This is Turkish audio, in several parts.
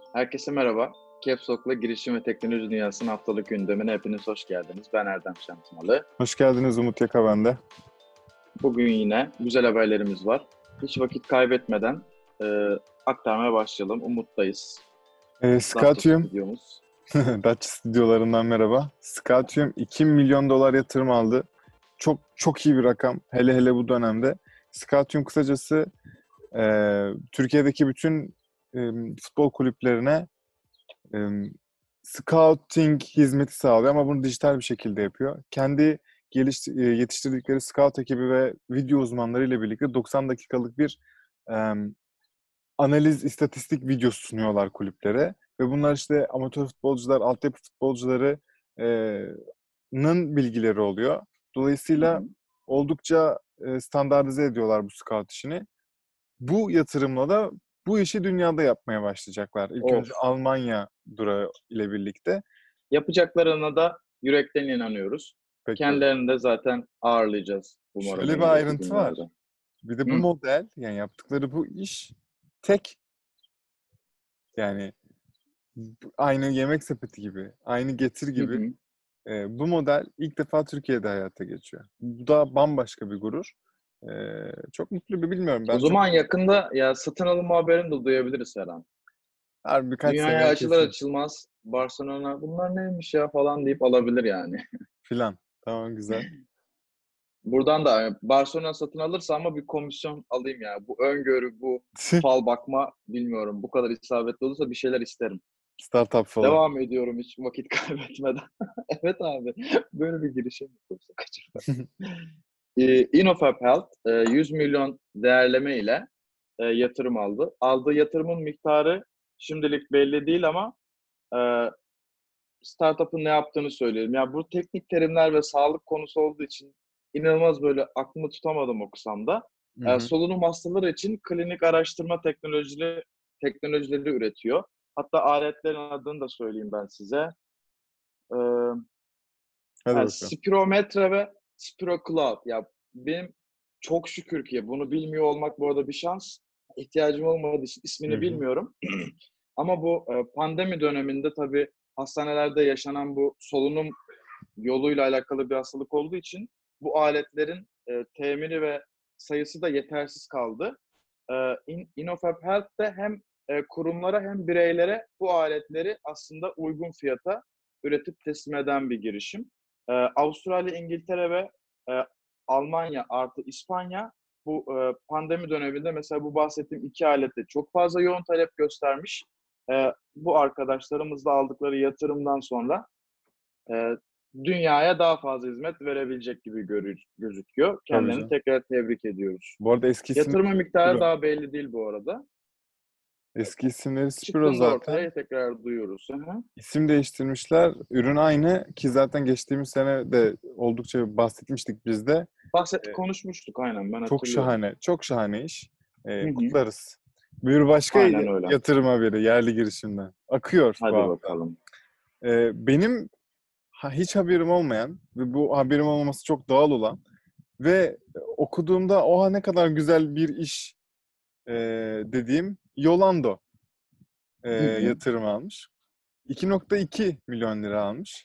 Herkese merhaba. Caps Lock'la girişim ve teknoloji dünyasının haftalık gündemine hepiniz hoş geldiniz. Ben Erdem Şansmalı. Hoş geldiniz Umut Yaka ben de. Bugün yine güzel haberlerimiz var. Hiç vakit kaybetmeden aktarmaya başlayalım. Umut'tayız. Datça Scatium, stüdyomuz. Datça stüdyolarından merhaba. Scatium 2 milyon dolar yatırım aldı. Çok çok iyi bir rakam. Hele hele bu dönemde. Scatium kısacası Türkiye'deki bütün futbol kulüplerine e, scouting hizmeti sağlıyor ama bunu dijital bir şekilde yapıyor. Kendi yetiştirdikleri scout ekibi ve video uzmanları ile birlikte 90 dakikalık bir e, analiz, istatistik videosu sunuyorlar kulüplere. Ve bunlar işte amatör futbolcular, altyapı futbolcularının bilgileri oluyor. Hı Dolayısıyla hı. oldukça standartize ediyorlar bu scout işini. Bu yatırımla da bu işi dünyada yapmaya başlayacaklar. İlk Of. önce Almanya durağı ile birlikte. Yapacaklarına da yürekten inanıyoruz. Peki Kendilerini de zaten ağırlayacağız umarım şöyle bir önümüzdeki ayrıntı günlerde. var. Bir de bu Hı model, yani yaptıkları bu iş tek, yani aynı yemek sepeti gibi, aynı Getir hı. gibi. Hı. Bu model ilk defa Türkiye'de hayata geçiyor. Bu da bambaşka bir gurur. Çok mutlu bir bilmiyorum. O Ben çok zaman yakında ya satın alınma haberini de duyabiliriz her an. her birkaç Dünyaya seneye açılır kesin açılmaz Barcelona bunlar neymiş ya falan deyip alabilir yani. filan. Tamam, güzel. Buradan da Barcelona satın alırsa ama bir komisyon alayım yani. Bu öngörü, bu fal bakma bilmiyorum. Bu kadar isabetli olursa bir şeyler isterim. Startup falan. Devam ediyorum hiç vakit kaybetmeden. Evet abi. Böyle bir girişim mi kursak acaba? Innofab Health 100 milyon değerleme ile yatırım aldı. Aldığı yatırımın miktarı şimdilik belli değil ama e, startup'ın ne yaptığını söyleyelim. Ya bu teknik terimler ve sağlık konusu olduğu için inanılmaz böyle aklımı tutamadım okusam da. Hı hı. Solunum hastaları için klinik araştırma teknolojileri üretiyor. Hatta aletlerin adını da söyleyeyim ben size. Ee, Hadi yani bakalım. spirometre ve spirocloud. Ya benim çok şükür ki bunu bilmiyor olmak bu arada bir şans. İhtiyacım olmadığı için Hı ismini hı. bilmiyorum. Ama bu pandemi döneminde tabii hastanelerde yaşanan bu solunum yoluyla alakalı bir hastalık olduğu için bu aletlerin temini ve sayısı da yetersiz kaldı. Innofab Health de hem kurumlara hem bireylere bu aletleri aslında uygun fiyata üretip teslim eden bir girişim. Avustralya, İngiltere ve e, Almanya artı İspanya bu pandemi döneminde mesela bu bahsettiğim iki alette çok fazla yoğun talep göstermiş. Bu arkadaşlarımız da aldıkları yatırımdan sonra e, dünyaya daha fazla hizmet verebilecek gibi gözüküyor. Tabii Kendilerini canım. tekrar tebrik ediyoruz. Bu arada eski isimleri Yatırma miktarı Spiro. daha belli değil bu arada. Eski isimleri Spiro Çıktığında zaten. ortaya tekrar duyuyoruz. Hı hı. İsim değiştirmişler. Ürün aynı ki zaten geçtiğimiz sene de oldukça bahsetmiştik biz de. Ee, Konuşmuştuk aynen ben Çok hatırlıyorum. şahane, çok şahane iş. Hı hı. Kutlarız. Bir başka Aynen öyle. yatırım haberi yerli girişimden. Akıyor bu Hadi hafta. bakalım. Benim hiç haberim olmayan ve bu haberim olmaması çok doğal olan ve okuduğumda oha ne kadar güzel bir iş e, dediğim Yolando Hı hı. yatırım almış. 2,2 milyon lira almış.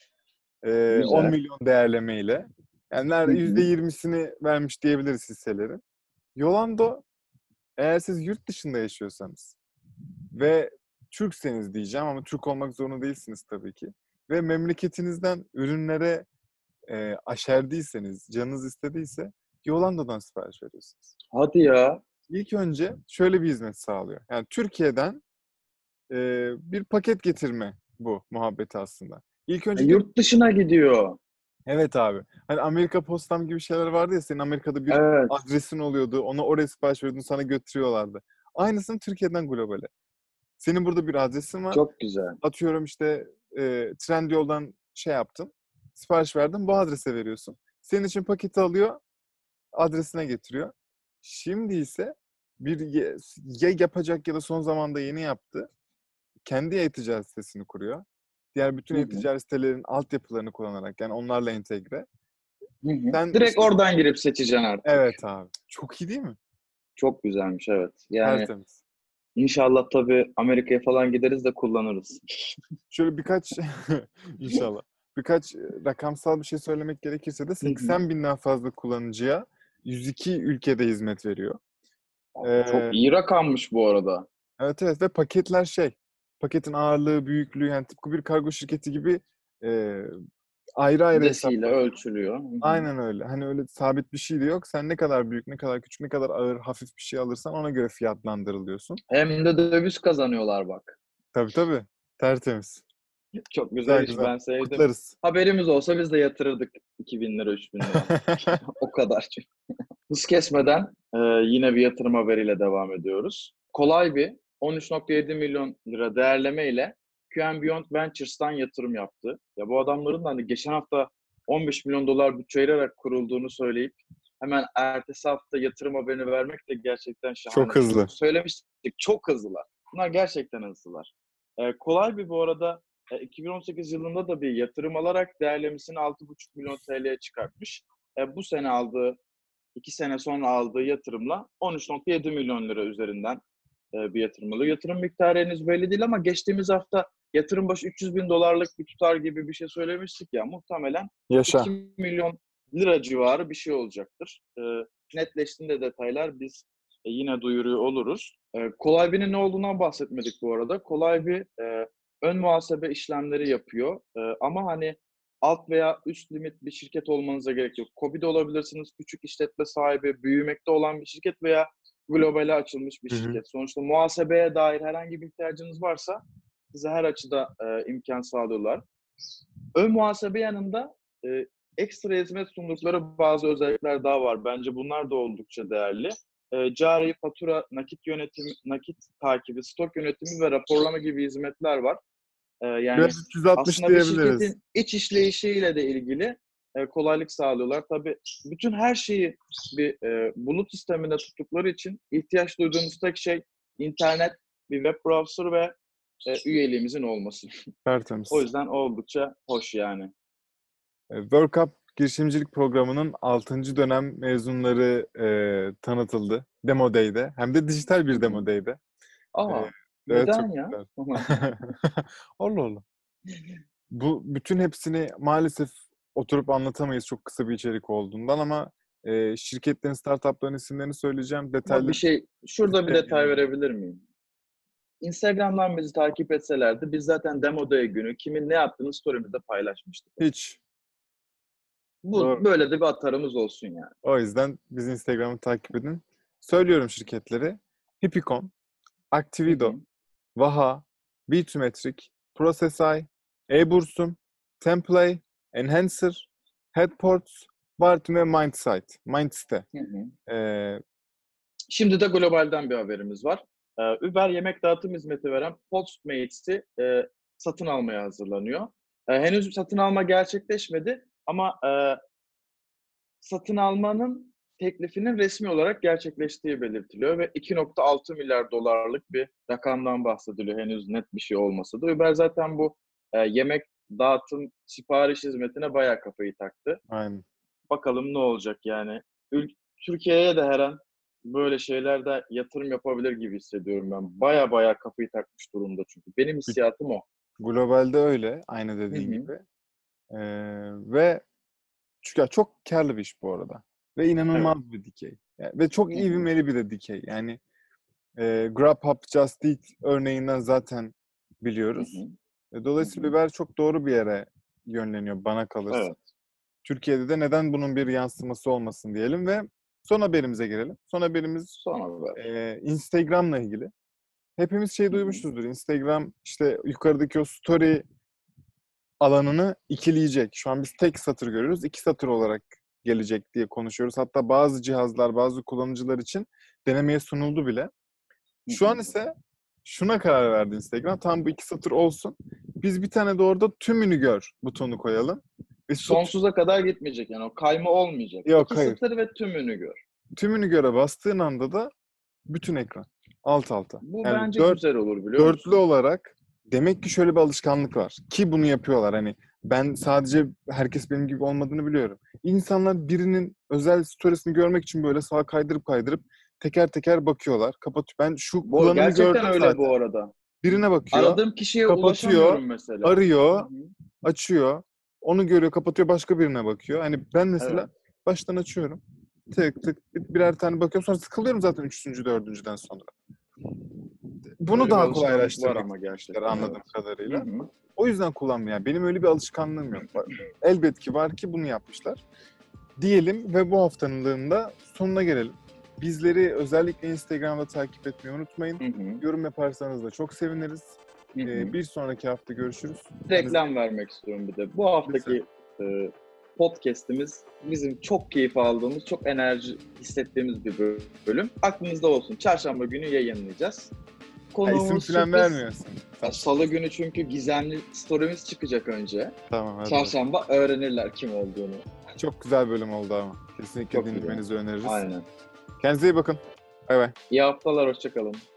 10 Güzel. milyon değerlemeyle. Yani Hı nerede hı. %20'sini vermiş diyebiliriz hisselerin. Yolando, eğer siz yurt dışında yaşıyorsanız ve Türkseniz diyeceğim ama Türk olmak zorunda değilsiniz tabii ki. Ve memleketinizden ürünlere aşerdiyseniz, canınız istediyse Yolando'dan sipariş veriyorsunuz. Hadi ya. İlk önce şöyle bir hizmet sağlıyor. Yani Türkiye'den e, bir paket getirme bu muhabbeti aslında. İlk önce diyor Yurt dışına gidiyor. evet abi. Hani Amerika postam gibi şeyler vardı ya, senin Amerika'da bir Evet. adresin oluyordu. Ona oraya sipariş veriyordun, sana götürüyorlardı. Aynısını Türkiye'den globale. Senin burada bir adresin var. Çok güzel. Atıyorum işte Trendyol'dan şey yaptın. Sipariş verdin. Bu adrese veriyorsun. Senin için paketi alıyor. Adresine getiriyor. Şimdi ise ya yapacak ya da son zamanda yeni yaptı. Kendi e-ticaret sitesini kuruyor. Diğer bütün Hı hı. e-ticaret sitelerinin altyapılarını kullanarak, yani onlarla entegre. Hı hı. Sen Direkt işte oradan girip seçeceksin artık. evet abi. Çok iyi değil mi? Çok güzelmiş evet. Yani Tertemiz. İnşallah tabii Amerika'ya falan gideriz de kullanırız. Şöyle birkaç inşallah birkaç rakamsal bir şey söylemek gerekirse de Hı hı. 80 binden fazla kullanıcıya 102 ülkede hizmet veriyor. Çok Ee, iyi rakammış bu arada. evet evet ve paketler paketin ağırlığı, büyüklüğü yani tıpkı bir kargo şirketi gibi e, ayrı ayrı Desiyle hesaplanıyor. ölçülüyor. Hı hı. Aynen öyle. Hani öyle sabit bir şey de yok. Sen ne kadar büyük, ne kadar küçük, ne kadar ağır, hafif bir şey alırsan ona göre fiyatlandırılıyorsun. Hem de döviz kazanıyorlar bak. Tabii tabii. Tertemiz. Çok güzel Güzel iş, güzel. ben sevdim. Kutlarız. Haberimiz olsa biz de yatırırdık 2000 lira 3000 lira. O kadar çünkü. Hız kesmeden yine bir yatırım haberiyle devam ediyoruz. Kolay bir 13,7 milyon lira değerleme ile QM Beyond Ventures'tan yatırım yaptı. Ya bu adamların da hani geçen hafta 15 milyon dolar bütçe ayırarak kurulduğunu söyleyip hemen ertesi hafta yatırım haberini vermek de gerçekten Çok şahane. Çünkü hızlı. söylemiştik, çok hızlılar. Bunlar gerçekten hızlılar. Kolay bir bu arada 2018 yılında da bir yatırım alarak değerlemesini 6,5 milyon TL'ye çıkartmış. Bu sene aldığı 2 sene sonra aldığı yatırımla 13,7 milyon lira üzerinden bir yatırım alıyor. Yatırım miktarı henüz belli değil ama geçtiğimiz hafta yatırım başı 300 bin dolarlık bir tutar gibi bir şey söylemiştik ya, muhtemelen Yaşa. 2 milyon lira civarı bir şey olacaktır. Netleştiğinde detaylar biz yine duyuruyor oluruz. Kolay Bir'in ne olduğundan bahsetmedik bu arada. Kolay Bir ön muhasebe işlemleri yapıyor. Ama hani alt veya üst limit bir şirket olmanıza gerek yok. KOBİ'de olabilirsiniz, küçük işletme sahibi, büyümekte olan bir şirket veya globale açılmış bir Hı hı. şirket. Sonuçta muhasebeye dair herhangi bir ihtiyacınız varsa size her açıda imkan sağlıyorlar. Ön muhasebe yanında ekstra hizmet sundukları bazı özellikler daha var. Bence bunlar da oldukça değerli. Cari fatura, nakit yönetimi, nakit takibi, stok yönetimi ve raporlama gibi hizmetler var. Yani Biraz 360 aslında bir diyebiliriz. şirketin iç işleyişiyle de ilgili kolaylık sağlıyorlar. Tabii bütün her şeyi bir bulut sisteminde tuttukları için ihtiyaç duyduğumuz tek şey internet, bir web browser ve üyeliğimizin olması. O Tertemiz. yüzden oldukça hoş yani. World Cup girişimcilik programının 6. dönem mezunları tanıtıldı. Demo Day'de. Hem de dijital Hı bir hı. Demo Day'de. E, Aa, evet neden çok ya? güzel. Allah Allah. Bu bütün hepsini maalesef oturup anlatamayız çok kısa bir içerik olduğundan ama şirketlerin, startupların isimlerini söyleyeceğim. Ama bir Detayları şey, şurada bir detay istemeyenler. verebilir miyim? Instagram'dan bizi takip etselerdi biz zaten Demo Day günü kimin ne yaptığını story'imizde paylaşmıştık. Hiç. Bu Doğru. böyle de bir atarımız olsun yani. O yüzden biz Instagram'ı takip edin. Söylüyorum şirketleri. Hippicon, Hı Activido, hı. Vaha, B2Metric, Processai, eBursum, Templay, Enhancer, Headports, Barton ve Mindsite. Mindsite. Hı hı. Ee, Şimdi de globalden bir haberimiz var. Uber yemek dağıtım hizmeti veren Postmates'i satın almaya hazırlanıyor. Henüz satın alma gerçekleşmedi ama satın almanın teklifinin resmi olarak gerçekleştiği belirtiliyor ve 2,6 milyar dolarlık bir rakamdan bahsediliyor. Henüz net bir şey olmasa da. Uber zaten bu yemek dağıtım sipariş hizmetine bayağı kafayı taktı. aynen. Bakalım ne olacak yani. Türkiye'ye de her an böyle şeylerde yatırım yapabilir gibi hissediyorum ben. Baya baya kafayı takmış durumda çünkü. Benim hissiyatım o. Globalde öyle. Aynı Hı dediğin hı. gibi. Ee, ve çünkü ya çok karlı bir iş bu arada. Ve Evet. inanılmaz bir dikey. Ve çok Hı hı. ivmeli bir de dikey. Yani Grubhub, Just Eat örneğinden zaten Hı biliyoruz. hı. Hı Dolayısıyla hı. Uber çok doğru bir yere yönleniyor bana kalırsa. Evet. Türkiye'de de neden bunun bir yansıması olmasın diyelim ve son haberimize gelelim. Son haberimiz Son haber. Instagram'la ilgili. Hepimiz şey Hı hı. duymuşuzdur. Instagram işte yukarıdaki o story alanını ikileyecek. Şu an biz tek satır görüyoruz. İki satır olarak gelecek diye konuşuyoruz. Hatta bazı cihazlar, bazı kullanıcılar için denemeye sunuldu bile. Hı Şu hı. an ise şuna karar verdi Instagram. Tam bu iki satır olsun. Biz bir tane de orada tümünü gör butonu koyalım. Ve Sonsuza kadar gitmeyecek yani. O kayma olmayacak. yok İki hayır. satır ve tümünü gör. Tümünü göre bastığın anda da bütün ekran. Alt alta. Bu Yani bence güzel olur biliyor dörtlü musun? olarak demek ki şöyle bir alışkanlık var. Ki bunu yapıyorlar. Hani ben sadece herkes benim gibi olmadığını biliyorum. İnsanlar birinin özel storiesini görmek için böyle sağa kaydırıp kaydırıp teker teker bakıyorlar. Kapatıyor. Ben şu Bu kullanımı gerçekten gördüm öyle zaten. bu arada. Birine bakıyor, Aradığım kişiye kapatıyor, ulaşamıyorum mesela. Hı arıyor, hı. açıyor. Onu görüyor, kapatıyor, başka birine bakıyor. Hani ben mesela Evet. baştan açıyorum. Tık tık birer tane bakıyorum. Sonra sıkılıyorum zaten üçüncü, dördüncüden sonra. Bunu Öyle bir daha alışkanlık var kolaylaştırmak ama istemişler gerçekten, anladığım evet. Hı kadarıyla. hı. O yüzden kullanmıyorum. Yani benim öyle bir alışkanlığım yok. Elbet ki var ki bunu yapmışlar. Diyelim ve bu haftanın da sonuna gelelim. Bizleri özellikle Instagram'da takip etmeyi unutmayın. Hı hı. Yorum yaparsanız da çok seviniriz. Hı hı. Bir sonraki hafta görüşürüz. Reklam vermek istiyorum bir de. Bu Lütfen. haftaki podcast'imiz bizim çok keyif aldığımız, çok enerji hissettiğimiz bir bölüm. Aklınızda olsun. Çarşamba günü yayınlayacağız. İsim Konuğumuz falan sürpriz. vermiyorsun. Tamam. Salı günü çünkü gizemli story'miz çıkacak önce. Tamam hadi. Bakalım. Çarşamba öğrenirler kim olduğunu. Çok güzel bölüm oldu ama. Kesinlikle Çok güzel. dinlemenizi öneririz. Aynen. Kendinize iyi bakın. Bay bay. İyi haftalar, hoşça kalın.